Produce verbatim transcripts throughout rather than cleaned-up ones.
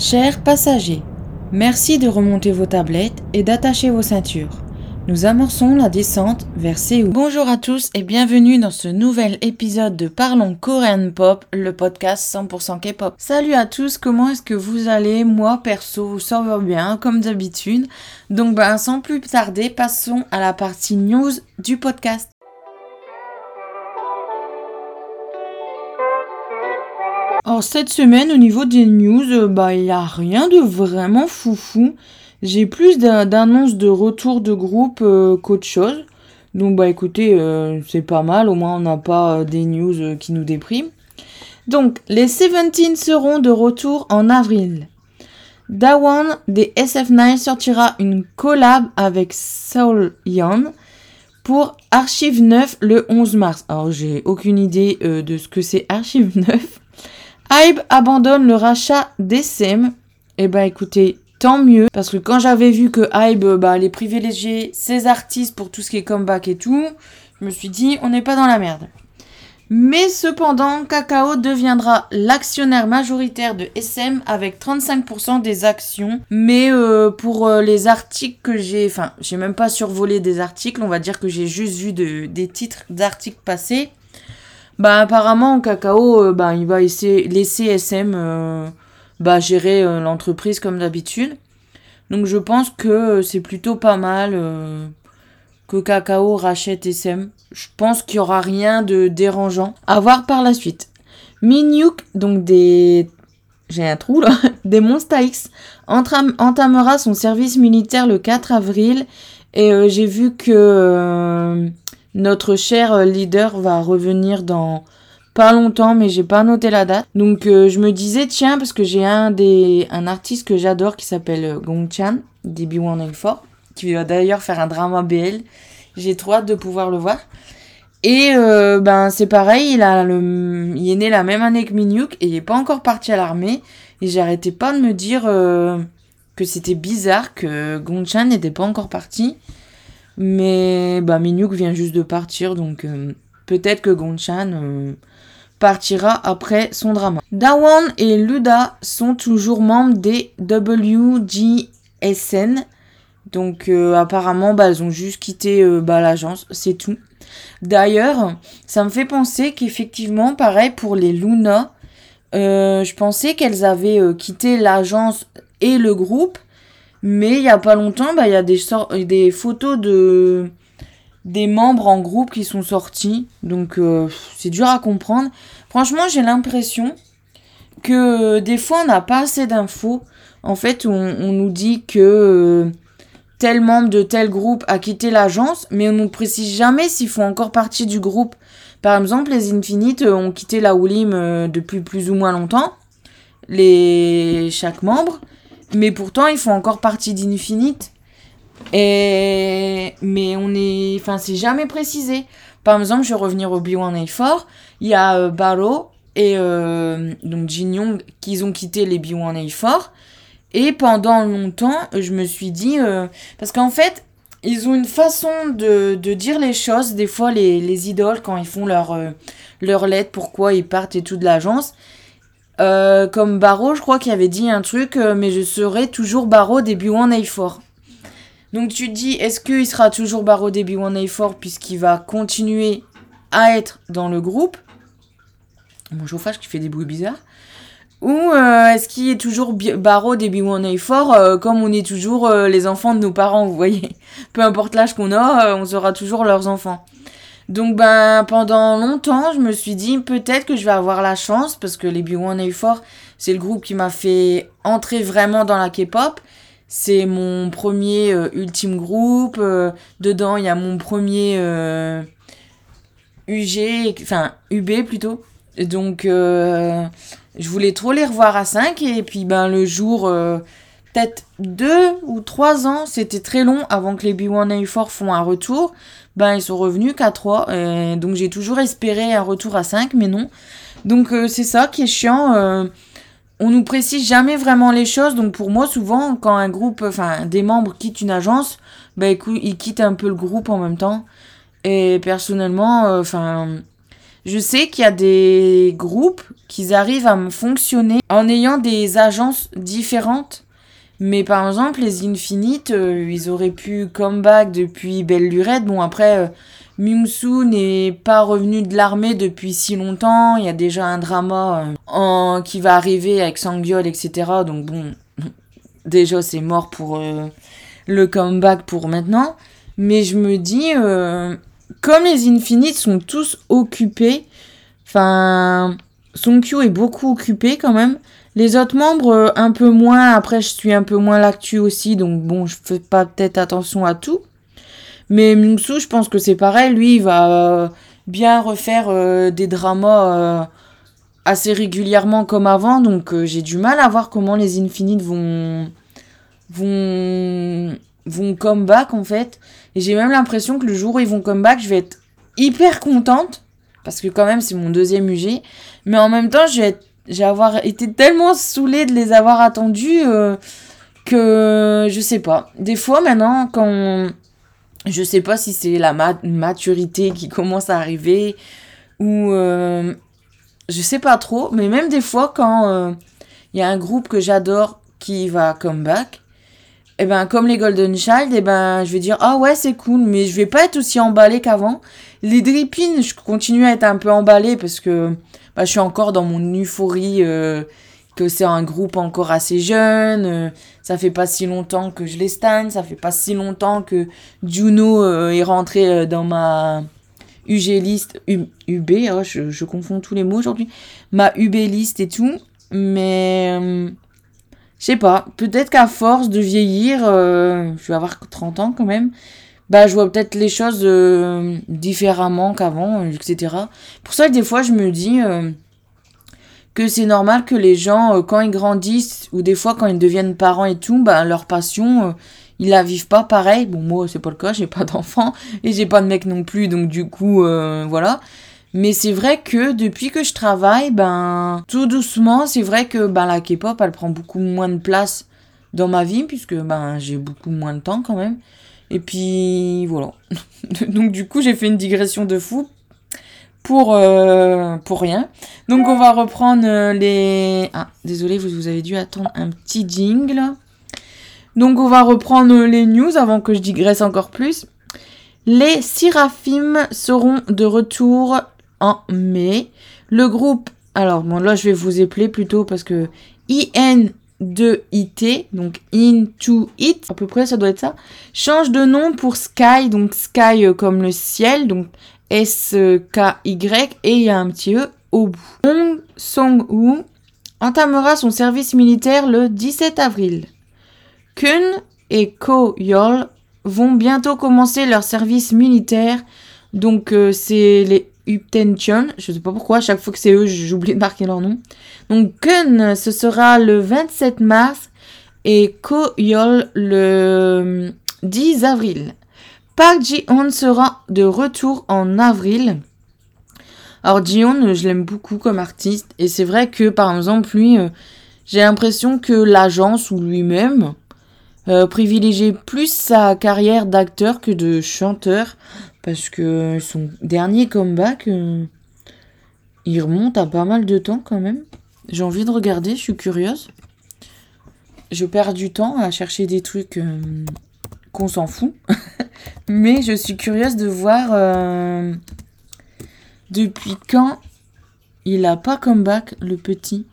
Chers passagers, merci de remonter vos tablettes et d'attacher vos ceintures. Nous amorçons la descente vers Séoul. Bonjour à tous et bienvenue dans ce nouvel épisode de Parlons Korean Pop, le podcast cent pour cent K-pop. Salut à tous, comment est-ce que vous allez? Moi perso, ça va bien comme d'habitude. Donc ben sans plus tarder, passons à la partie news du podcast. Alors cette semaine au niveau des news, euh, bah il y a rien de vraiment foufou. J'ai plus d'a- d'annonces de retour de groupe euh, qu'autre chose. Donc bah écoutez, euh, c'est pas mal, au moins on n'a pas euh, des news euh, qui nous dépriment. Donc les Seventeen seront de retour en avril. Daewon des S F neuf sortira une collab avec Seol Yeon pour Archive neuf le onze mars. Alors j'ai aucune idée euh, de ce que c'est Archive neuf. Hybe abandonne le rachat d'S M. Eh ben écoutez, tant mieux, parce que quand j'avais vu que Hybe bah, allait privilégier ses artistes pour tout ce qui est comeback et tout, je me suis dit, on n'est pas dans la merde. Mais cependant, Kakao deviendra l'actionnaire majoritaire de S M avec trente-cinq pour cent des actions. Mais euh, pour euh, les articles que j'ai... Enfin, j'ai même pas survolé des articles, on va dire que j'ai juste vu de, des titres d'articles passés. Bah apparemment Kakao euh, bah il va essayer, laisser S M euh, bah gérer euh, l'entreprise comme d'habitude. Donc je pense que euh, c'est plutôt pas mal euh, que Kakao rachète S M. Je pense qu'il y aura rien de dérangeant à voir par la suite. Minhyuk, donc des j'ai un trou là, des Monsta X entram- entamera son service militaire le quatre avril et euh, j'ai vu que euh, notre cher leader va revenir dans pas longtemps, mais j'ai pas noté la date. Donc euh, je me disais tiens, parce que j'ai un des un artiste que j'adore qui s'appelle Gongchan des B un A quatre, qui va d'ailleurs faire un drama B L. J'ai trop hâte de pouvoir le voir. Et euh, ben c'est pareil, il a le il est né la même année que Minhyuk et il est pas encore parti à l'armée. Et j'arrêtais pas de me dire euh, que c'était bizarre que Gongchan n'était pas encore parti. Mais bah, Minhyuk vient juste de partir, donc euh, peut-être que Gongchan euh, partira après son drama. Daewon et Luda sont toujours membres des W G S N. Donc euh, apparemment, bah, elles ont juste quitté euh, bah, l'agence, c'est tout. D'ailleurs, ça me fait penser qu'effectivement, pareil pour les Luna, euh, je pensais qu'elles avaient euh, quitté l'agence et le groupe. Mais il y a pas longtemps, bah il y a des sor- des photos de des membres en groupe qui sont sortis. Donc euh, c'est dur à comprendre. Franchement, j'ai l'impression que euh, des fois on n'a pas assez d'infos. En fait, on, on nous dit que euh, tel membre de tel groupe a quitté l'agence, mais on ne nous précise jamais s'ils font encore partie du groupe. Par exemple, les Infinite euh, ont quitté la Woolim euh, depuis plus ou moins longtemps. Les chaque membre. Mais pourtant, ils font encore partie d'Infinite. Et... Mais on est... Enfin, c'est jamais précisé. Par exemple, je vais revenir au B un A quatre. Il y a euh, Baro et euh, donc Jin Young qui ont quitté les B un A quatre. Et pendant longtemps, je me suis dit... Euh... Parce qu'en fait, ils ont une façon de, de dire les choses. Des fois, les, les idoles, quand ils font leur, euh, leur lettre, pourquoi ils partent et tout de l'agence... Euh, comme Baro, je crois qu'il avait dit un truc, euh, mais je serai toujours Baro des B un A quatre. Donc tu te dis, est-ce qu'il sera toujours Baro des B un A quatre puisqu'il va continuer à être dans le groupe? Mon chauffage qui fait des bruits bizarres. Ou euh, est-ce qu'il est toujours bi- Baro des B un A quatre euh, comme on est toujours euh, les enfants de nos parents, vous voyez? Peu importe l'âge qu'on a, euh, on sera toujours leurs enfants. Donc ben pendant longtemps, je me suis dit peut-être que je vais avoir la chance parce que les B un A quatre, c'est le groupe qui m'a fait entrer vraiment dans la K-pop. C'est mon premier euh, ultime groupe. Euh, dedans, il y a mon premier euh, U G, enfin U B plutôt. Et donc euh, je voulais trop les revoir à cinq et puis ben le jour euh, peut-être deux ou trois ans, c'était très long avant que les B un A quatre font un retour. Ben ils sont revenus qu'à trois, et donc j'ai toujours espéré un retour à cinq, mais non. Donc euh, c'est ça qui est chiant, euh, on nous précise jamais vraiment les choses, donc pour moi souvent quand un groupe, enfin des membres quittent une agence, ben écoute, ils quittent un peu le groupe en même temps. Et personnellement, enfin... Euh, Je sais qu'il y a des groupes qui arrivent à fonctionner en ayant des agences différentes. Mais par exemple, les Infinite, euh, ils auraient pu comeback depuis belle lurette. Bon, après, euh, Mimsu n'est pas revenu de l'armée depuis si longtemps. Il y a déjà un drama euh, en... qui va arriver avec Sangyol, et cetera. Donc bon, déjà, c'est mort pour euh, le comeback pour maintenant. Mais je me dis, euh, comme les Infinite sont tous occupés, enfin, Songkyu est beaucoup occupé quand même. Les autres membres, euh, un peu moins. Après, je suis un peu moins l'actu aussi, donc bon, je fais pas peut-être attention à tout. Mais Mimsu, je pense que c'est pareil. Lui, il va euh, bien refaire euh, des dramas euh, assez régulièrement comme avant. Donc, euh, j'ai du mal à voir comment les Infinite vont vont vont come back en fait. Et j'ai même l'impression que le jour où ils vont come back, je vais être hyper contente parce que quand même c'est mon deuxième U G. Mais en même temps, je vais être j'ai avoir été tellement saoulée de les avoir attendus euh, que je sais pas. Des fois maintenant, quand on... je sais pas si c'est la mat- maturité qui commence à arriver ou euh, je sais pas trop. Mais même des fois quand il euh, y a un groupe que j'adore qui va come back, et ben comme les Golden Child, et ben je vais dire ah ouais c'est cool, mais je vais pas être aussi emballée qu'avant. Les Drippin, je continue à être un peu emballée parce que bah, je suis encore dans mon euphorie euh, que c'est un groupe encore assez jeune. Euh, ça fait pas si longtemps que je les stan. Ça fait pas si longtemps que Juno euh, est rentré euh, dans ma U G list. U- UB, oh, je, je confonds tous les mots aujourd'hui. Ma U B list et tout. Mais euh, je sais pas. Peut-être qu'à force de vieillir, euh, je vais avoir trente ans quand même. Bah, je vois peut-être les choses euh, différemment qu'avant, et cetera. Pour ça, des fois, je me dis euh, que c'est normal que les gens, euh, quand ils grandissent, ou des fois quand ils deviennent parents et tout, bah, leur passion, euh, ils la vivent pas pareil. Bon, moi, c'est pas le cas, j'ai pas d'enfant, et j'ai pas de mec non plus, donc du coup, euh, voilà. Mais c'est vrai que depuis que je travaille, ben, tout doucement, c'est vrai que ben, la K-pop, elle prend beaucoup moins de place dans ma vie, puisque ben, j'ai beaucoup moins de temps quand même. Et puis voilà. Donc du coup j'ai fait une digression de fou pour euh, pour rien. Donc on va reprendre euh, les... Ah désolé, vous, vous avez dû attendre un petit jingle. Donc on va reprendre les news avant que je digresse encore plus. Les Seraphim seront de retour en mai. Le groupe... Alors bon là je vais vous épeler plutôt parce que I N de I T, donc Into It, à peu près ça doit être ça, change de nom pour Sky, donc Sky euh, comme le ciel, donc S K Y, et il y a un petit E au bout. Hong Song-woo entamera son service militaire le dix-sept avril. Kun et Ko Yol vont bientôt commencer leur service militaire, donc euh, c'est les Uptention, je sais pas pourquoi, à chaque fois que c'est eux, j'oublie de marquer leur nom. Donc Kun, ce sera le vingt-sept mars et Ko Yol le dix avril. Park Ji-hoon sera de retour en avril. Alors Ji-hoon, je l'aime beaucoup comme artiste et c'est vrai que par exemple lui, euh, j'ai l'impression que l'agence ou lui-même euh, privilégiait plus sa carrière d'acteur que de chanteur. Parce que son dernier comeback, euh, il remonte à pas mal de temps quand même. J'ai envie de regarder, je suis curieuse. Je perds du temps à chercher des trucs euh, qu'on s'en fout. Mais je suis curieuse de voir euh, depuis quand il a pas comeback, le petit.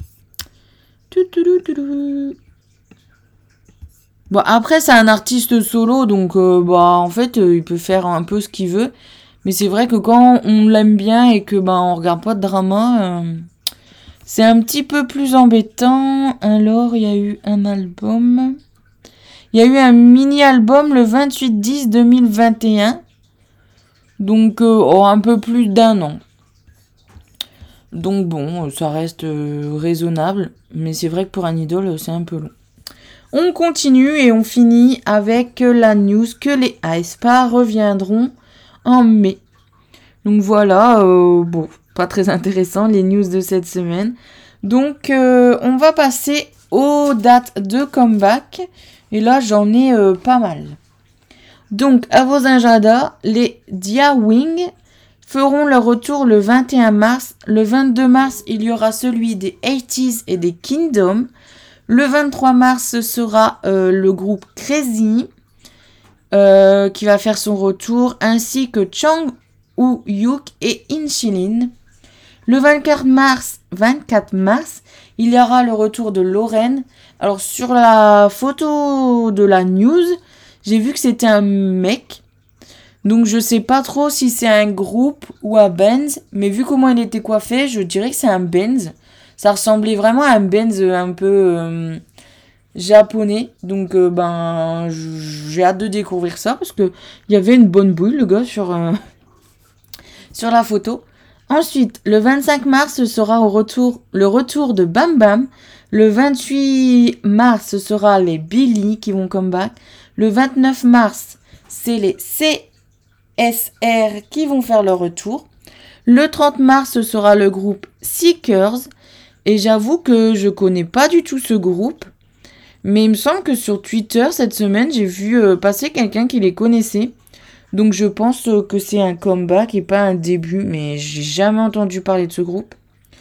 Bon, après, c'est un artiste solo, donc euh, bah en fait, euh, il peut faire un peu ce qu'il veut. Mais c'est vrai que quand on l'aime bien et que bah on regarde pas de drama, euh, c'est un petit peu plus embêtant. Alors, il y a eu un album. Il y a eu un mini-album le vingt-huit dix deux mille vingt et un. Donc, euh, oh, un peu plus d'un an. Donc bon, ça reste euh, raisonnable. Mais c'est vrai que pour un idole, c'est un peu long. On continue et on finit avec la news que les aespa reviendront en mai. Donc voilà, euh, bon, pas très intéressant les news de cette semaine. Donc euh, on va passer aux dates de comeback. Et là j'en ai euh, pas mal. Donc à vos agendas, les Dia Wing feront leur retour le vingt et un mars. Le vingt-deux mars, il y aura celui des eighties et des Kingdom. Le vingt-trois mars, ce sera euh, le groupe Crazy euh, qui va faire son retour, ainsi que Chang Woo-hyuk et Inchilin. Le vingt-quatre mars, vingt-quatre mars, il y aura le retour de Lauren. Alors sur la photo de la news, j'ai vu que c'était un mec. Donc je sais pas trop si c'est un groupe ou un Benz, mais vu comment il était coiffé, je dirais que c'est un Benz. Ça ressemblait vraiment à un Benz un peu euh, japonais. Donc euh, ben j'ai hâte de découvrir ça parce que il y avait une bonne boule le gars sur euh, sur la photo. Ensuite, le vingt-cinq mars, ce sera au retour le retour de Bam Bam. Le vingt-huit mars, ce sera les Billy qui vont come back. Le vingt-neuf mars, c'est les C S R qui vont faire leur retour. Le trente mars, ce sera le groupe Seekers. Et j'avoue que je connais pas du tout ce groupe. Mais il me semble que sur Twitter, cette semaine, j'ai vu euh, passer quelqu'un qui les connaissait. Donc je pense euh, que c'est un comeback et pas un début. Mais j'ai jamais entendu parler de ce groupe.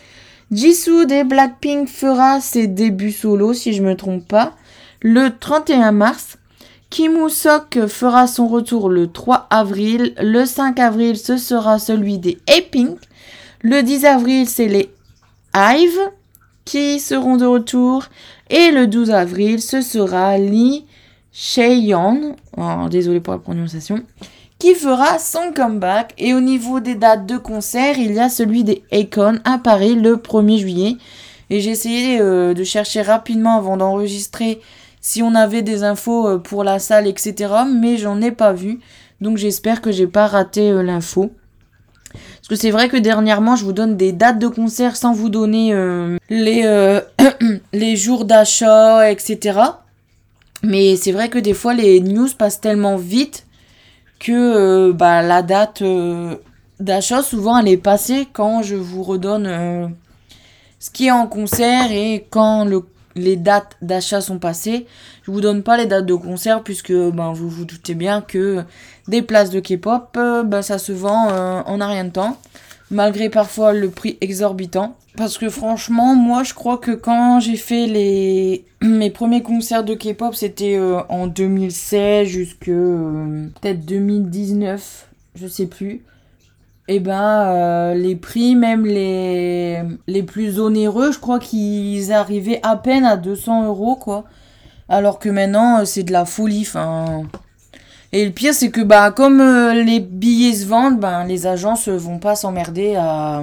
Jisoo des Blackpink fera ses débuts solo, si je me trompe pas, le trente et un mars. Kim Woo-sok fera son retour le trois avril. Le cinq avril, ce sera celui des A-Pink. Le dix avril, c'est les IVE qui seront de retour. Et le douze avril, ce sera Lee Chaeyeon, oh, désolé pour la prononciation, qui fera son comeback. Et au niveau des dates de concert, il y a celui des Akon à Paris le premier juillet. Et j'ai essayé euh, de chercher rapidement avant d'enregistrer si on avait des infos pour la salle, et cetera. Mais j'en ai pas vu. Donc j'espère que j'ai pas raté euh, l'info. Parce que c'est vrai que dernièrement, je vous donne des dates de concert sans vous donner euh, les, euh, les jours d'achat, et cetera. Mais c'est vrai que des fois, les news passent tellement vite que euh, bah, la date euh, d'achat, souvent, elle est passée quand je vous redonne euh, ce qui est en concert et quand le, les dates d'achat sont passées. Je vous donne pas les dates de concert puisque ben, vous vous doutez bien que des places de K-pop, euh, ben, ça se vend euh, en un rien de temps, malgré parfois le prix exorbitant. Parce que franchement, moi je crois que quand j'ai fait les mes premiers concerts de K-pop, c'était euh, en deux mille seize jusque euh, peut-être deux mille dix-neuf, je sais plus. Et ben euh, les prix, même les les plus onéreux, je crois qu'ils arrivaient à peine à deux cents euros quoi. Alors que maintenant c'est de la folie, enfin. Et le pire c'est que bah comme euh, les billets se vendent, ben les agences vont pas s'emmerder à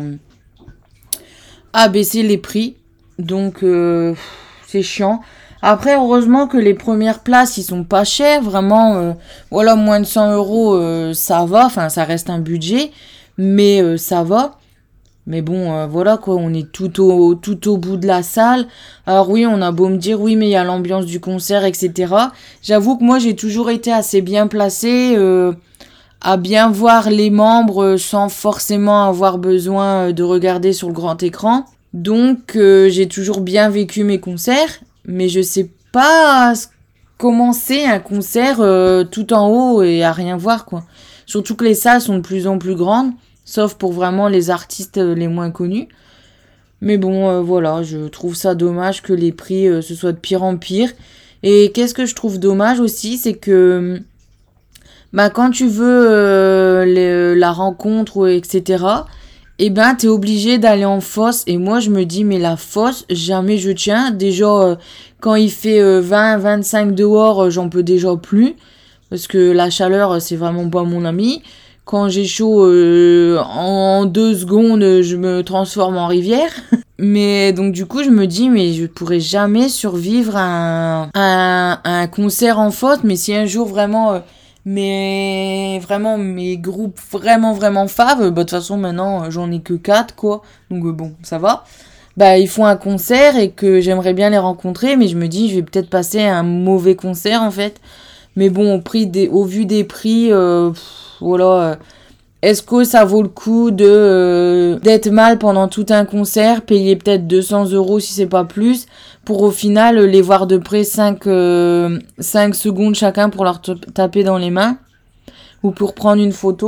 à baisser les prix. Donc euh, c'est chiant. Après heureusement que les premières places ils sont pas chers, vraiment euh, voilà moins de cent euros euh, ça va, enfin ça reste un budget, mais euh, ça va. Mais bon, euh, voilà quoi, on est tout au, tout au bout de la salle. Alors oui, on a beau me dire, oui, mais il y a l'ambiance du concert, et cetera. J'avoue que moi, j'ai toujours été assez bien placée euh, à bien voir les membres sans forcément avoir besoin de regarder sur le grand écran. Donc, euh, j'ai toujours bien vécu mes concerts, mais je sais pas comment c'est un concert euh, tout en haut et à rien voir, quoi. Surtout que les salles sont de plus en plus grandes. Sauf pour vraiment les artistes les moins connus. Mais bon, euh, voilà, je trouve ça dommage que les prix euh, se soient de pire en pire. Et qu'est-ce que je trouve dommage aussi, c'est que bah, quand tu veux euh, les, la rencontre, et cetera, eh ben, t'es obligé d'aller en fosse. Et moi, je me dis, mais la fosse, jamais je tiens. Déjà, euh, quand il fait euh, vingt vingt-cinq dehors, euh, j'en peux déjà plus. Parce que la chaleur, c'est vraiment pas mon ami. Quand j'ai chaud, euh, en deux secondes, je me transforme en rivière. Mais donc du coup, je me dis, mais je pourrais jamais survivre à un, à un, à un concert en fosse. Mais si un jour vraiment, euh, mes, vraiment mes groupes vraiment vraiment faves, bah de toute façon maintenant j'en ai que quatre quoi. Donc euh, bon, ça va. Bah ils font un concert et que j'aimerais bien les rencontrer, mais je me dis, je vais peut-être passer un mauvais concert en fait. Mais bon, au prix des, au vu des prix. Euh, Voilà, est-ce que ça vaut le coup de euh, d'être mal pendant tout un concert, payer peut-être deux cents euros si c'est pas plus, pour au final les voir de près cinq, euh, cinq secondes chacun pour leur t- taper dans les mains ou pour prendre une photo.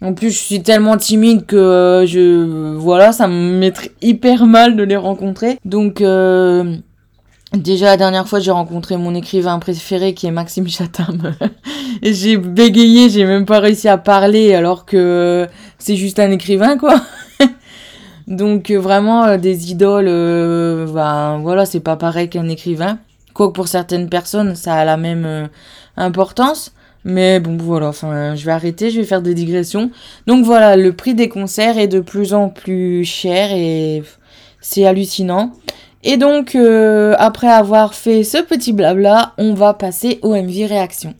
En plus, je suis tellement timide que euh, je... Voilà, ça me mettrait hyper mal de les rencontrer. Donc, euh, déjà, la dernière fois, j'ai rencontré mon écrivain préféré qui est Maxime Chatham. Et j'ai bégayé, j'ai même pas réussi à parler alors que c'est juste un écrivain, quoi. Donc, euh, vraiment, euh, des idoles, euh, ben, voilà, c'est pas pareil qu'un écrivain. Quoique pour certaines personnes, ça a la même euh, importance. Mais bon, voilà, enfin, je vais arrêter, je vais faire des digressions. Donc voilà, le prix des concerts est de plus en plus cher et c'est hallucinant. Et donc, euh, après avoir fait ce petit blabla, on va passer au M V Réaction.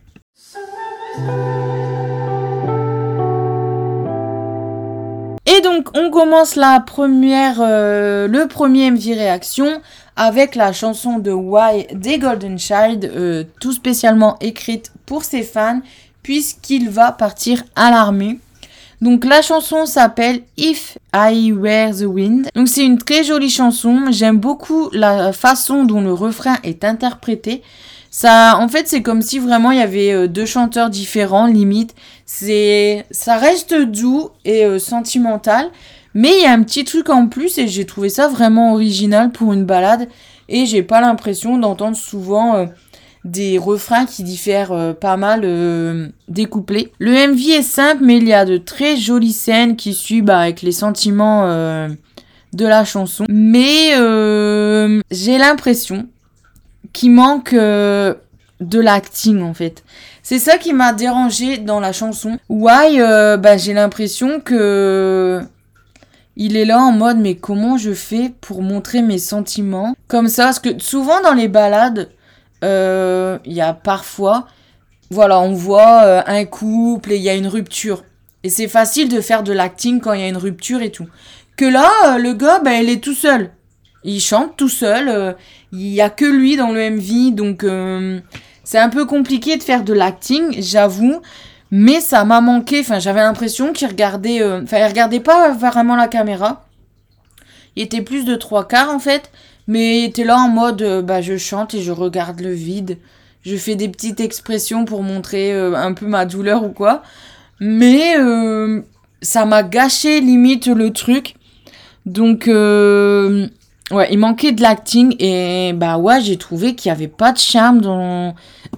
Et donc, on commence la première, euh, le premier M V Réaction avec la chanson de Why des Golden Child, euh, tout spécialement écrite pour ses fans, puisqu'il va partir à l'armée. Donc la chanson s'appelle If I Were the Wind. Donc c'est une très jolie chanson. J'aime beaucoup la façon dont le refrain est interprété. Ça, en fait, c'est comme si vraiment il y avait deux chanteurs différents, limite. C'est, ça reste doux et euh, sentimental. Mais il y a un petit truc en plus et j'ai trouvé ça vraiment original pour une ballade. Et j'ai pas l'impression d'entendre souvent euh, des refrains qui diffèrent euh, pas mal euh, des couplets. Le M V est simple, mais il y a de très jolies scènes qui suivent bah, avec les sentiments euh, de la chanson. Mais euh, j'ai l'impression qu'il manque euh, de l'acting en fait. C'est ça qui m'a dérangé dans la chanson. Why euh, bah, j'ai l'impression que il est là en mode mais comment je fais pour montrer mes sentiments comme ça, parce que souvent dans les ballades il euh, y a parfois voilà on voit euh, un couple et il y a une rupture et c'est facile de faire de l'acting quand il y a une rupture et tout, que là euh, le gars bah, il est tout seul, il chante tout seul, euh, il y a que lui dans le M V, donc euh, c'est un peu compliqué de faire de l'acting, j'avoue. Mais ça m'a manqué, enfin j'avais l'impression qu'il regardait, euh, enfin il regardait pas vraiment la caméra. Il était plus de trois quarts en fait, mais il était là en mode, euh, bah je chante et je regarde le vide. Je fais des petites expressions pour montrer euh, un peu ma douleur ou quoi. Mais euh, ça m'a gâché limite le truc. Donc euh, ouais, il manquait de l'acting et bah ouais j'ai trouvé qu'il y avait pas de charme dans...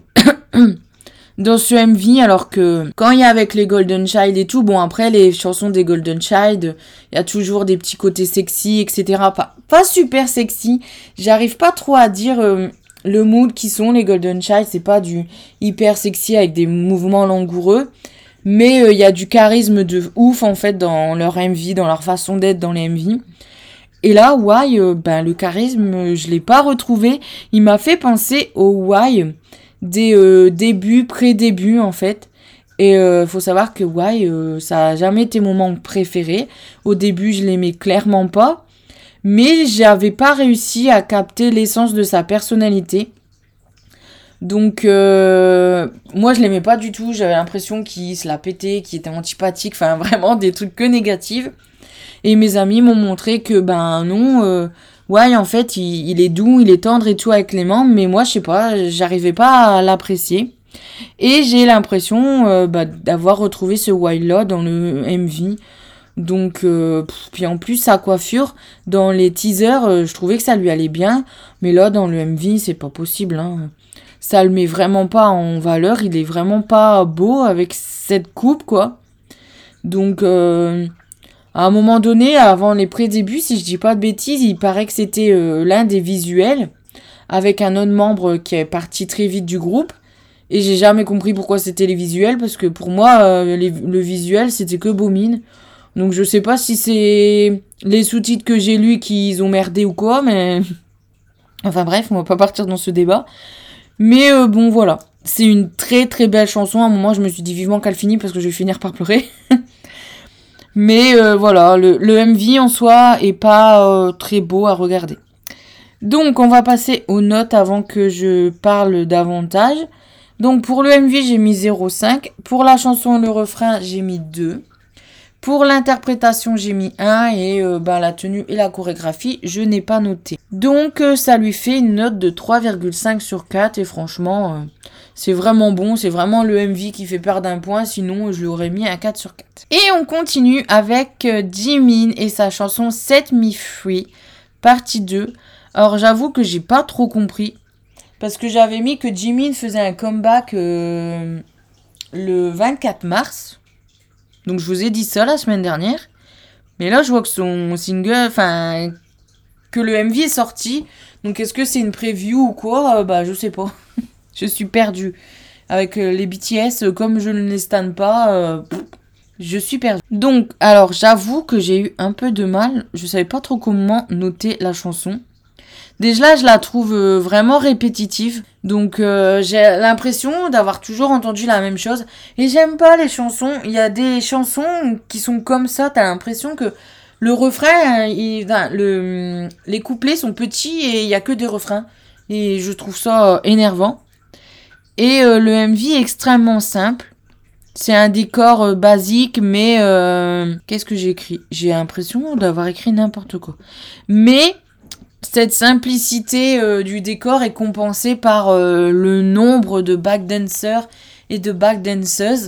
dans ce M V, alors que quand il y a avec les Golden Child et tout, bon après les chansons des Golden Child, il y a toujours des petits côtés sexy, et cetera. Pas, pas super sexy, j'arrive pas trop à dire euh, le mood qui sont les Golden Child, c'est pas du hyper sexy avec des mouvements langoureux, mais il euh, y a du charisme de ouf en fait dans leur M V, dans leur façon d'être dans les M V. Et là, Why, euh, ben le charisme, je l'ai pas retrouvé, il m'a fait penser au Why des euh, débuts, pré-débuts en fait. Et euh, faut savoir que Why, euh, ça a jamais été mon membre préféré. Au début, je l'aimais clairement pas. Mais j'avais pas réussi à capter l'essence de sa personnalité. Donc, euh, moi, je l'aimais pas du tout. J'avais l'impression qu'il se la pétait, qu'il était antipathique. Enfin, vraiment des trucs que négatifs. Et mes amis m'ont montré que, ben non... Euh, ouais, en fait, il, il est doux, il est tendre et tout avec les membres, mais moi, je sais pas, j'arrivais pas à l'apprécier. Et j'ai l'impression euh, bah, d'avoir retrouvé ce Wild-là dans le M V. Donc, euh, pff, puis en plus, sa coiffure, dans les teasers, euh, je trouvais que ça lui allait bien. Mais là, dans le M V, c'est pas possible. Hein. Ça le met vraiment pas en valeur. Il est vraiment pas beau avec cette coupe, quoi. Donc... Euh, à un moment donné, avant les pré-débuts, si je dis pas de bêtises, il paraît que c'était euh, l'un des visuels, avec un autre membre qui est parti très vite du groupe. Et j'ai jamais compris pourquoi c'était les visuels, parce que pour moi, euh, les, le visuel, c'était que Bomine. Donc je sais pas si c'est les sous-titres que j'ai lus qui ont merdé ou quoi, mais... Enfin bref, on va pas partir dans ce débat. Mais euh, bon, voilà. C'est une très très belle chanson. À un moment, je me suis dit vivement qu'elle finisse, parce que je vais finir par pleurer. Mais euh, voilà, le, le M V en soi est pas euh, très beau à regarder. Donc on va passer aux notes avant que je parle davantage. Donc pour le M V j'ai mis zéro virgule cinq. Pour la chanson et le refrain j'ai mis deux. Pour l'interprétation, j'ai mis un et euh, bah, la tenue et la chorégraphie, je n'ai pas noté. Donc, euh, ça lui fait une note de trois virgule cinq sur quatre et franchement, euh, c'est vraiment bon. C'est vraiment le M V qui fait perdre un point, sinon je lui aurais mis un quatre sur quatre. Et on continue avec euh, Jimin et sa chanson Set Me Free, partie deux. Alors, j'avoue que j'ai pas trop compris, parce que j'avais mis que Jimin faisait un comeback euh, le vingt-quatre mars. Donc je vous ai dit ça la semaine dernière. Mais là je vois que son single, enfin, que le M V est sorti. Donc est-ce que c'est une preview ou quoi euh, Bah je sais pas. Je suis perdue. Avec euh, les B T S, euh, comme je ne les stan pas, euh, pff, je suis perdue. Donc, alors j'avoue que j'ai eu un peu de mal. Je savais pas trop comment noter la chanson. Déjà là, je la trouve euh, vraiment répétitive. Donc euh, j'ai l'impression d'avoir toujours entendu la même chose. Et j'aime pas les chansons. Il y a des chansons qui sont comme ça. T'as l'impression que le refrain, il, enfin, le, les couplets sont petits et il y a que des refrains. Et je trouve ça euh, énervant. Et euh, le M V est extrêmement simple. C'est un décor euh, basique, mais... Euh, qu'est-ce que j'ai écrit ? J'ai l'impression d'avoir écrit n'importe quoi. Mais... cette simplicité euh, du décor est compensée par euh, le nombre de backdancers et de backdanceuses.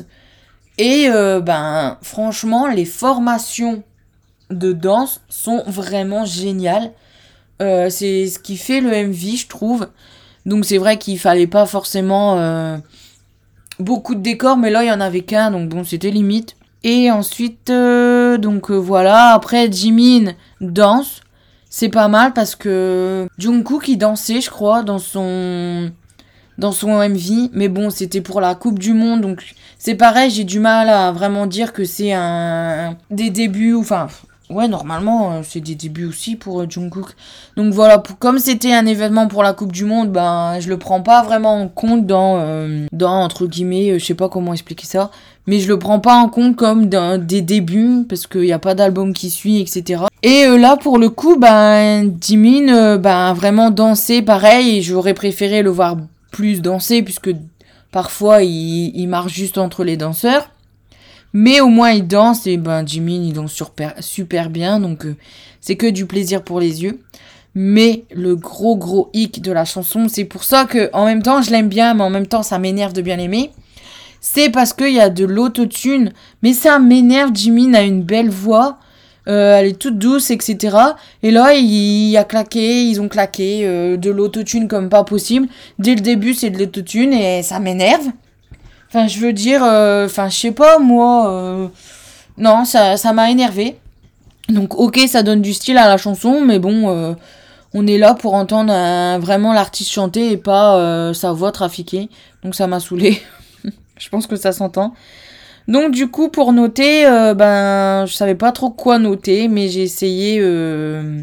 Et euh, ben, franchement, les formations de danse sont vraiment géniales. Euh, c'est ce qui fait le M V, je trouve. Donc c'est vrai qu'il fallait pas forcément euh, beaucoup de décors, mais là il y en avait qu'un, donc bon, c'était limite. Et ensuite, euh, donc euh, voilà, après Jimin danse. C'est pas mal parce que Jungkook il dansait, je crois, dans son dans son M V, mais bon, c'était pour la Coupe du Monde, donc c'est pareil, j'ai du mal à vraiment dire que c'est un des débuts, enfin ouais, normalement c'est des débuts aussi pour Jungkook. Donc voilà, pour, comme c'était un événement pour la Coupe du Monde, ben je le prends pas vraiment en compte dans euh, dans entre guillemets, je sais pas comment expliquer ça, mais je le prends pas en compte comme d'un, des débuts parce qu'il y a pas d'album qui suit, et cetera. Et euh, là, pour le coup, ben, Jimin, euh, ben, vraiment danser, pareil, et j'aurais préféré le voir plus danser, puisque parfois, il, il marche juste entre les danseurs. Mais au moins, il danse, et ben, Jimin, il danse super, super bien, donc euh, c'est que du plaisir pour les yeux. Mais le gros, gros hic de la chanson, c'est pour ça que, en même temps, je l'aime bien, mais en même temps, ça m'énerve de bien l'aimer. C'est parce qu'il y a de l'autotune, mais ça m'énerve, Jimin a une belle voix. Euh, elle est toute douce, et cetera. Et là, il, il a claqué, ils ont claqué euh, de l'autotune comme pas possible. Dès le début, c'est de l'autotune et ça m'énerve. Enfin, je veux dire, euh, enfin, je sais pas, moi, euh, non, ça, ça m'a énervé. Donc, ok, ça donne du style à la chanson, mais bon, euh, on est là pour entendre un, vraiment l'artiste chanter et pas euh, sa voix trafiquée. Donc, ça m'a saoulée. Je pense que ça s'entend. Donc du coup pour noter, euh, ben je savais pas trop quoi noter, mais j'ai essayé euh,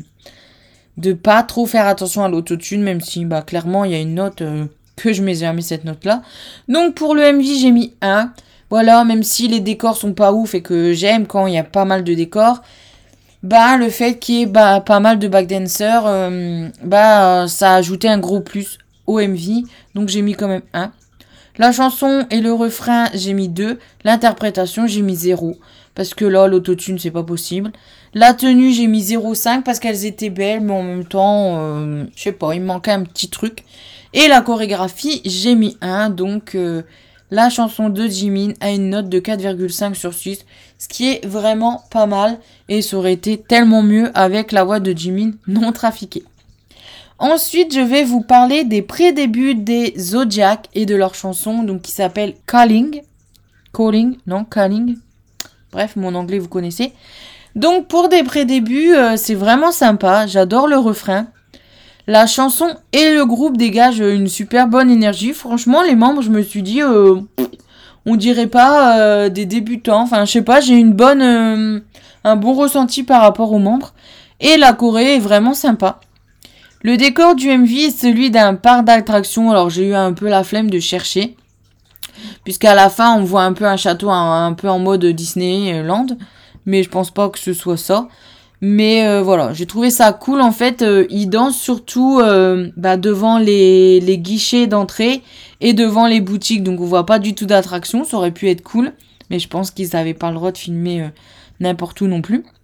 de pas trop faire attention à l'autotune, même si bah clairement il y a une note euh, que je m'ai jamais mis cette note là. Donc pour le M V j'ai mis un. Voilà, même si les décors sont pas ouf et que j'aime quand il y a pas mal de décors, bah le fait qu'il y ait bah, pas mal de backdancers, euh, bah ça a ajouté un gros plus au M V, donc j'ai mis quand même un. La chanson et le refrain, j'ai mis deux. L'interprétation, j'ai mis zéro. Parce que là, l'autotune, c'est pas possible. La tenue, j'ai mis zéro virgule cinq parce qu'elles étaient belles, mais en même temps, euh, je sais pas, il me manquait un petit truc. Et la chorégraphie, j'ai mis un. Donc, euh, la chanson de Jimin a une note de quatre virgule cinq sur six. Ce qui est vraiment pas mal. Et ça aurait été tellement mieux avec la voix de Jimin non trafiquée. Ensuite, je vais vous parler des pré-débuts des Zodiac et de leur chanson donc, qui s'appelle Calling. Calling, non, Calling. Bref, mon anglais, vous connaissez. Donc, pour des pré-débuts, euh, c'est vraiment sympa. J'adore le refrain. La chanson et le groupe dégagent une super bonne énergie. Franchement, les membres, je me suis dit, euh, on dirait pas euh, des débutants. Enfin, je sais pas, j'ai une bonne, euh, un bon ressenti par rapport aux membres. Et la choré est vraiment sympa. Le décor du M V est celui d'un parc d'attractions. Alors j'ai eu un peu la flemme de chercher. Puisqu'à la fin on voit un peu un château un, un peu en mode Disneyland. Mais je pense pas que ce soit ça. Mais euh, voilà, j'ai trouvé ça cool. En fait, euh, ils dansent surtout euh, bah, devant les, les guichets d'entrée et devant les boutiques. Donc on voit pas du tout d'attraction. Ça aurait pu être cool. Mais je pense qu'ils n'avaient pas le droit de filmer euh, n'importe où non plus.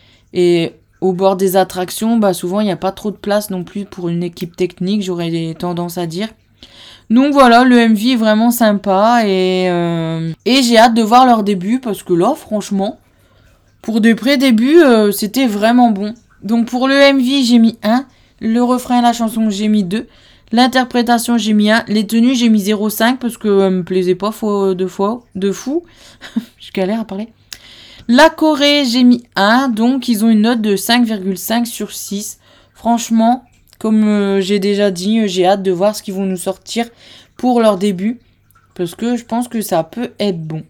Et au bord des attractions, bah souvent il n'y a pas trop de place non plus pour une équipe technique, j'aurais tendance à dire. Donc voilà, le M V est vraiment sympa et, euh, et j'ai hâte de voir leur début parce que là, franchement, pour des pré-débuts, euh, c'était vraiment bon. Donc pour le M V, j'ai mis un, le refrain et la chanson, j'ai mis deux, l'interprétation, j'ai mis un, les tenues, j'ai mis zéro virgule cinq parce que euh, me plaisait pas fois, deux fois, de fou. Je galère à parler. La Corée, j'ai mis un, donc ils ont une note de cinq virgule cinq sur six. Franchement, comme euh, j'ai déjà dit, j'ai hâte de voir ce qu'ils vont nous sortir pour leur début. Parce que je pense que ça peut être bon.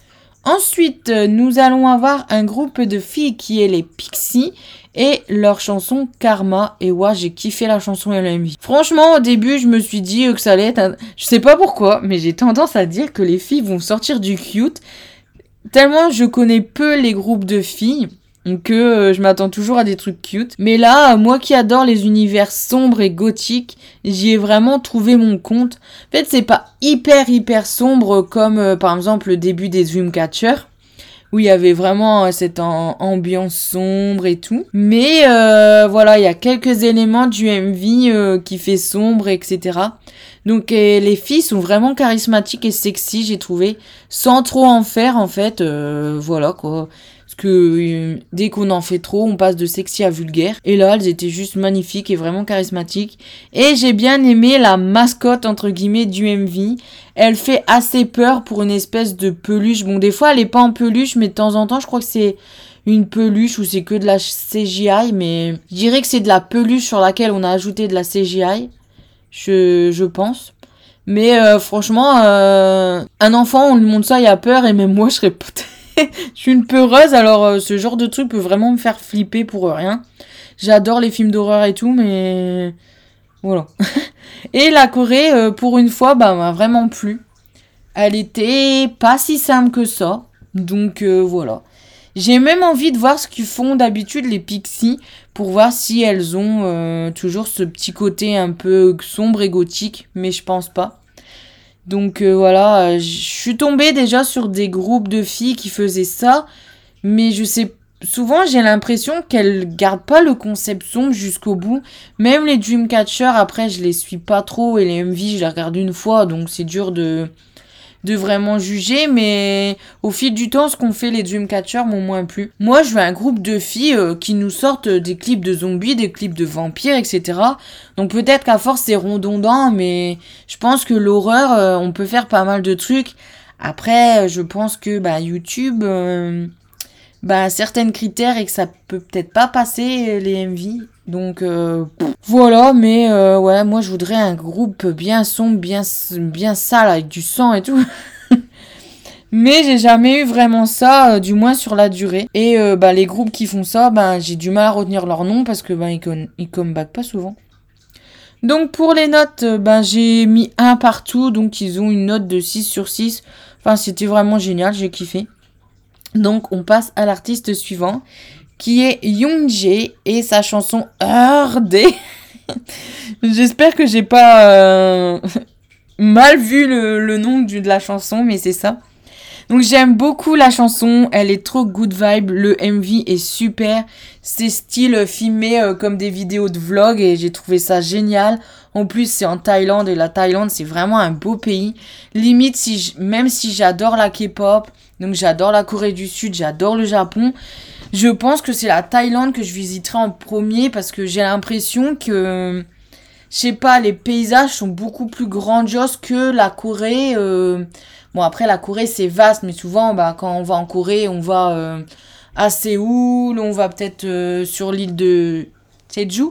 Ensuite, nous allons avoir un groupe de filles qui est les Pixies et leur chanson Karma. Et ouais, j'ai kiffé la chanson et le M V. Franchement, au début, je me suis dit que ça allait être... Un... Je sais pas pourquoi, mais j'ai tendance à dire que les filles vont sortir du cute. Tellement je connais peu les groupes de filles que euh, je m'attends toujours à des trucs cute. Mais là, moi qui adore les univers sombres et gothiques, j'y ai vraiment trouvé mon compte. En fait, c'est pas hyper hyper sombre comme euh, par exemple le début des Dreamcatcher, où il y avait vraiment euh, cette en- ambiance sombre et tout. Mais euh, voilà, il y a quelques éléments du M V euh, qui fait sombre, et cetera. Donc euh, les filles sont vraiment charismatiques et sexy, j'ai trouvé, sans trop en faire en fait. Euh, voilà quoi. Parce que euh, dès qu'on en fait trop, on passe de sexy à vulgaire. Et là, elles étaient juste magnifiques et vraiment charismatiques. Et j'ai bien aimé la mascotte entre guillemets du M V. Elle fait assez peur pour une espèce de peluche. Bon, des fois, elle est pas en peluche, mais de temps en temps, je crois que c'est une peluche ou c'est que de la C G I. Mais je dirais que c'est de la peluche sur laquelle on a ajouté de la C G I. Je, je pense. Mais euh, franchement, euh, un enfant, on lui montre ça, il a peur. Et même moi, je serais peut-être... je suis une peureuse, alors euh, ce genre de truc peut vraiment me faire flipper pour rien. J'adore les films d'horreur et tout, mais... Voilà. Et la Corée, euh, pour une fois, bah, m'a vraiment plu. Elle était pas si simple que ça. Donc euh, voilà. J'ai même envie de voir ce qu'ils font d'habitude les Pixies pour voir si elles ont euh, toujours ce petit côté un peu sombre et gothique, mais je pense pas. Donc euh, voilà, je suis tombée déjà sur des groupes de filles qui faisaient ça, mais je sais souvent j'ai l'impression qu'elles gardent pas le concept sombre jusqu'au bout. Même les Dreamcatcher, après je les suis pas trop et les M V je les regarde une fois, donc c'est dur de de vraiment juger, mais au fil du temps, ce qu'ont fait les Dreamcatcher m'ont moins plu. Moi, je veux un groupe de filles euh, qui nous sortent des clips de zombies, des clips de vampires, et cetera. Donc peut-être qu'à force, c'est redondant, mais je pense que l'horreur, euh, on peut faire pas mal de trucs. Après, je pense que bah, YouTube... Euh, bah, certains critères et que ça peut peut-être pas passer les M V. Donc euh, voilà, mais euh, ouais, moi je voudrais un groupe bien sombre, bien, bien sale, avec du sang et tout. Mais j'ai jamais eu vraiment ça, euh, du moins sur la durée. Et euh, bah, les groupes qui font ça, bah, j'ai du mal à retenir leur nom parce que bah, ils, con- ils comeback pas souvent. Donc pour les notes, euh, bah, j'ai mis un partout, donc ils ont une note de six sur six. Enfin, c'était vraiment génial, j'ai kiffé. Donc on passe à l'artiste suivant qui est Yoonjae et sa chanson Heard. J'espère que j'ai pas euh, mal vu le, le nom du, de la chanson, mais c'est ça. Donc j'aime beaucoup la chanson, elle est trop good vibe, le M V est super, c'est style filmé euh, comme des vidéos de vlog et j'ai trouvé ça génial. En plus c'est en Thaïlande et la Thaïlande c'est vraiment un beau pays. Limite si j- même si j'adore la K-pop, donc j'adore la Corée du Sud, j'adore le Japon, je pense que c'est la Thaïlande que je visiterai en premier parce que j'ai l'impression que... Je sais pas, les paysages sont beaucoup plus grandioses que la Corée. Euh... Bon, après, la Corée, c'est vaste, mais souvent, bah, quand on va en Corée, on va euh, à Séoul, on va peut-être euh, sur l'île de Jeju.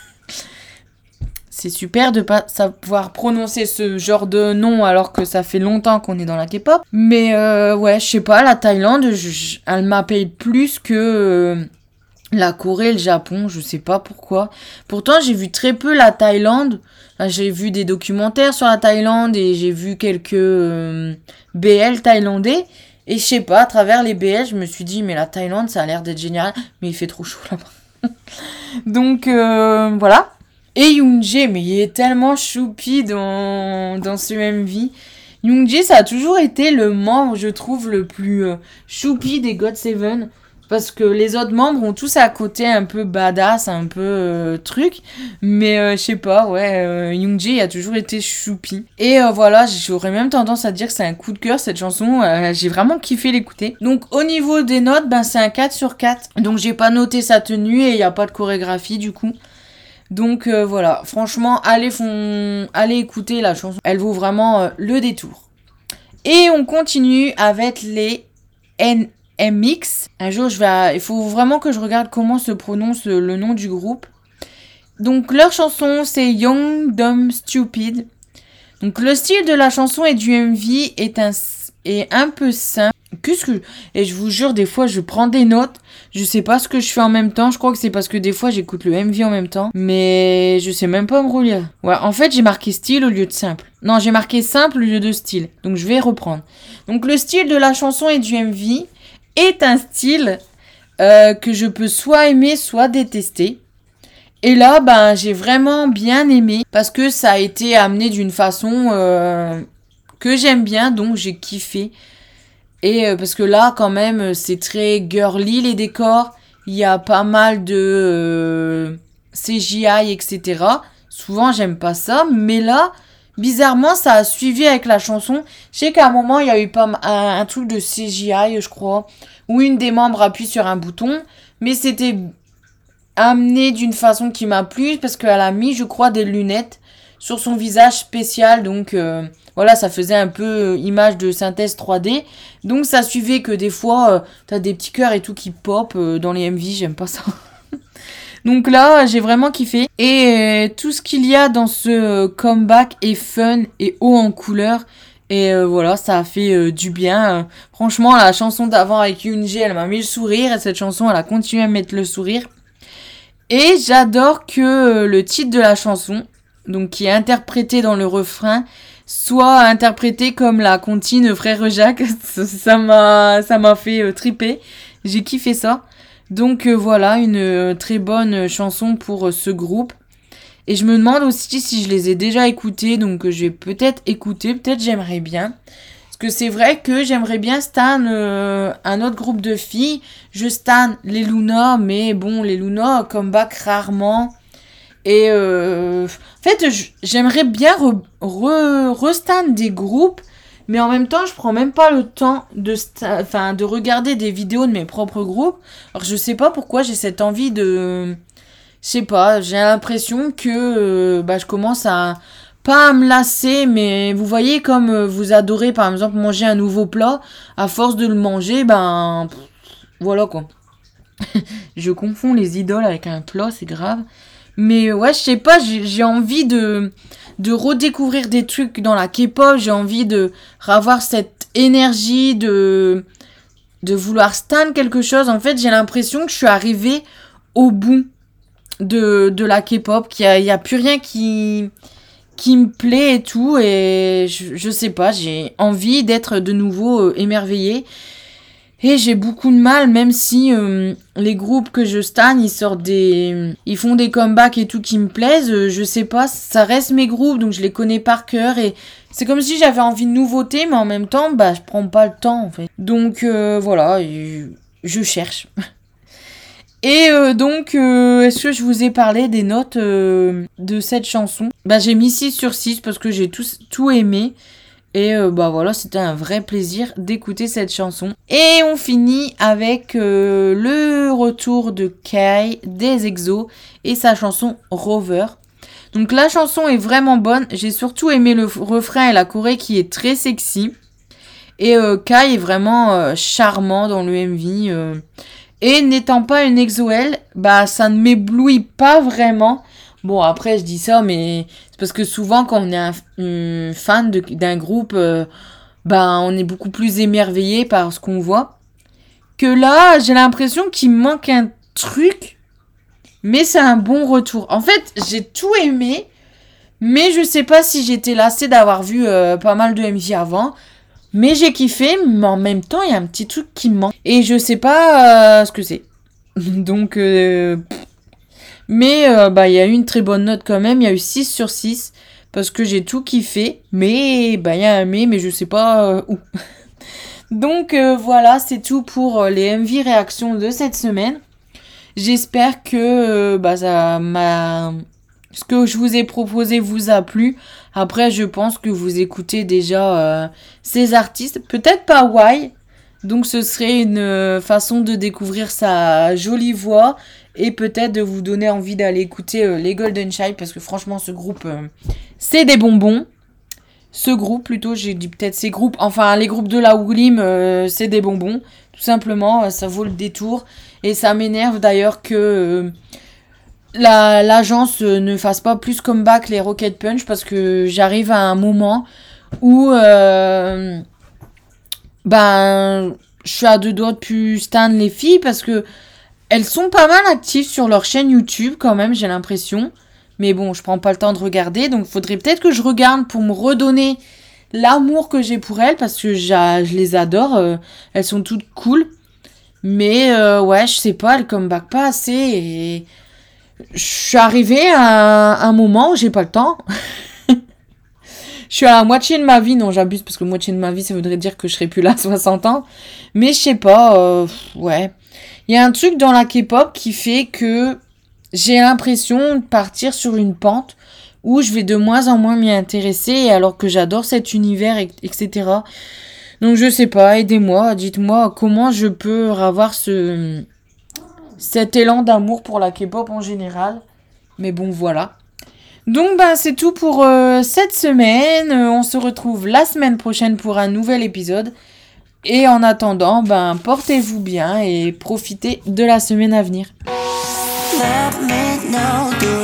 C'est super de pas savoir prononcer ce genre de nom alors que ça fait longtemps qu'on est dans la K-pop. Mais euh, ouais, je sais pas, la Thaïlande, je, je, elle m'appelle plus que... Euh, la Corée et le Japon, je sais pas pourquoi. Pourtant, j'ai vu très peu la Thaïlande. Enfin, j'ai vu des documentaires sur la Thaïlande et j'ai vu quelques euh, B L thaïlandais. Et je sais pas, à travers les B L, je me suis dit, mais la Thaïlande, ça a l'air d'être génial. Mais il fait trop chaud là-bas. Donc, euh, voilà. Et Yoonjae, mais il est tellement choupi dans, dans ce M V. Yoonjae, ça a toujours été le membre, je trouve, le plus euh, choupi des God Seven. Parce que les autres membres ont tous à côté un peu badass, un peu euh, truc. Mais euh, je sais pas, ouais, euh, Youngjae a toujours été choupi. Et euh, voilà, j'aurais même tendance à dire que c'est un coup de cœur cette chanson. Euh, j'ai vraiment kiffé l'écouter. Donc au niveau des notes, ben, c'est un quatre sur quatre. Donc j'ai pas noté sa tenue et il n'y a pas de chorégraphie du coup. Donc euh, voilà, franchement, allez, font... allez écouter la chanson. Elle vaut vraiment euh, le détour. Et on continue avec les N M X. Un jour, je vais, il faut vraiment que je regarde comment se prononce le nom du groupe. Donc leur chanson, c'est Young, Dumb, Stupid. Donc le style de la chanson et du M V est un, est un peu simple. Qu'est-ce que... Et je vous jure, des fois, je prends des notes. Je sais pas ce que je fais en même temps. Je crois que c'est parce que des fois, j'écoute le M V en même temps. Mais je sais même pas me relire. Ouais, en fait, j'ai marqué style au lieu de simple. Non, j'ai marqué simple au lieu de style. Donc, je vais reprendre. Donc, le style de la chanson et du M V est un style euh, que je peux soit aimer, soit détester. Et là, ben, j'ai vraiment bien aimé. Parce que ça a été amené d'une façon euh, que j'aime bien. Donc, j'ai kiffé. Et euh, parce que là, quand même, c'est très girly les décors. Il y a pas mal de euh, C G I, et cetera. Souvent, j'aime pas ça. Mais là, bizarrement, ça a suivi avec la chanson. Je sais qu'à un moment, il y a eu pas un, un truc de C G I, je crois. Où une des membres appuie sur un bouton. Mais c'était amené d'une façon qui m'a plu. Parce qu'elle a mis, je crois, des lunettes sur son visage spécial. Donc... Euh, Voilà, ça faisait un peu image de synthèse trois D. Donc ça suivait que des fois, euh, t'as des petits cœurs et tout qui pop euh, dans les M V, j'aime pas ça. Donc là, j'ai vraiment kiffé. Et euh, tout ce qu'il y a dans ce euh, comeback est fun et haut en couleur. Et euh, voilà, ça a fait euh, du bien. Euh, franchement, la chanson d'avant avec Yoonjae, elle m'a mis le sourire. Et cette chanson, elle a continué à mettre le sourire. Et j'adore que euh, le titre de la chanson, donc qui est interprété dans le refrain, soit interprété comme la comptine Frère Jacques. ça m'a ça m'a fait euh, triper. J'ai kiffé ça. Donc euh, voilà, une euh, très bonne chanson pour euh, ce groupe. Et je me demande aussi si je les ai déjà écoutés. Donc euh, je vais peut-être écouter, peut-être j'aimerais bien. Parce que c'est vrai que j'aimerais bien stan euh, un autre groupe de filles. Je stan les Luna, mais bon, les Luna comeback rarement. Et euh, en fait, j'aimerais bien re, re, restan des groupes, mais en même temps, je prends même pas le temps de, enfin, de regarder des vidéos de mes propres groupes. Alors, je sais pas pourquoi j'ai cette envie de... Je sais pas, j'ai l'impression que euh, bah, je commence à... Pas à me lasser, mais vous voyez comme euh, vous adorez, par exemple, manger un nouveau plat. À force de le manger, ben... Pff, voilà quoi. Je confonds les idoles avec un plat, c'est grave. Mais ouais, je sais pas, j'ai, j'ai envie de, de redécouvrir des trucs dans la K-pop. J'ai envie de avoir cette énergie de, de vouloir stan quelque chose. En fait, j'ai l'impression que je suis arrivée au bout de, de la K-pop. Qu'il y a, il y a plus rien qui, qui me plaît et tout. Et je, je sais pas, j'ai envie d'être de nouveau euh, émerveillée. Et j'ai beaucoup de mal, même si euh, les groupes que je stan, ils sortent des... Ils font des comebacks et tout qui me plaisent, euh, je sais pas, ça reste mes groupes, donc je les connais par cœur. Et c'est comme si j'avais envie de nouveautés, mais en même temps, bah, je prends pas le temps, en fait. Donc, euh, voilà, je cherche. Et euh, donc, euh, est-ce que je vous ai parlé des notes euh, de cette chanson ? Bah, j'ai mis six sur six parce que j'ai tout, tout aimé. Et euh, bah voilà, c'était un vrai plaisir d'écouter cette chanson. Et on finit avec euh, le retour de Kai des EXO et sa chanson Rover. Donc la chanson est vraiment bonne. J'ai surtout aimé le refrain et la choré qui est très sexy. Et euh, Kai est vraiment euh, charmant dans le M V. Euh. Et n'étant pas une EXO-L, bah ça ne m'éblouit pas vraiment. Bon, après, je dis ça, mais c'est parce que souvent, quand on est un, un fan de, d'un groupe, euh, ben, on est beaucoup plus émerveillé par ce qu'on voit. Que là, j'ai l'impression qu'il me manque un truc, mais c'est un bon retour. En fait, j'ai tout aimé, mais je sais pas si j'étais lassée d'avoir vu euh, pas mal de M V avant. Mais j'ai kiffé, mais en même temps, il y a un petit truc qui me manque. Et je sais pas euh, ce que c'est. Donc... Euh, Mais euh, bah il y a eu une très bonne note quand même, il y a eu six sur six parce que j'ai tout kiffé, mais bah il y a un mais mais je sais pas euh, où. Donc euh, voilà, c'est tout pour les M V réactions de cette semaine. J'espère que euh, bah, ça m'a... ce que je vous ai proposé vous a plu. Après, je pense que vous écoutez déjà euh, ces artistes. Peut-être pas Why. Donc ce serait une façon de découvrir sa jolie voix et peut-être de vous donner envie d'aller écouter euh, les Golden Child parce que franchement ce groupe euh, c'est des bonbons. Ce groupe plutôt, j'ai dit peut-être ces groupes, enfin les groupes de la Woolim euh, c'est des bonbons. Tout simplement, euh, ça vaut le détour et ça m'énerve d'ailleurs que euh, la, l'agence euh, ne fasse pas plus comeback les Rocket Punch parce que j'arrive à un moment où... Euh, ben, je suis à deux doigts de plus stan les filles parce que elles sont pas mal actives sur leur chaîne YouTube quand même, j'ai l'impression. Mais bon, je prends pas le temps de regarder, donc faudrait peut-être que je regarde pour me redonner l'amour que j'ai pour elles parce que je les adore. Euh, elles sont toutes cool. Mais euh, ouais, je sais pas, elles comeback pas assez et je suis arrivée à un moment où j'ai pas le temps. Je suis à la moitié de ma vie, non j'abuse parce que moitié de ma vie ça voudrait dire que je serais plus là à soixante ans. Mais je sais pas, euh, ouais. Il y a un truc dans la K-pop qui fait que j'ai l'impression de partir sur une pente où je vais de moins en moins m'y intéresser alors que j'adore cet univers, et cetera. Donc je sais pas, aidez-moi, dites-moi comment je peux avoir ce cet élan d'amour pour la K-pop en général. Mais bon voilà. Donc bah c'est tout pour euh, cette semaine. Euh, on se retrouve la semaine prochaine pour un nouvel épisode. Et en attendant, ben portez-vous bien et profitez de la semaine à venir. Let me know,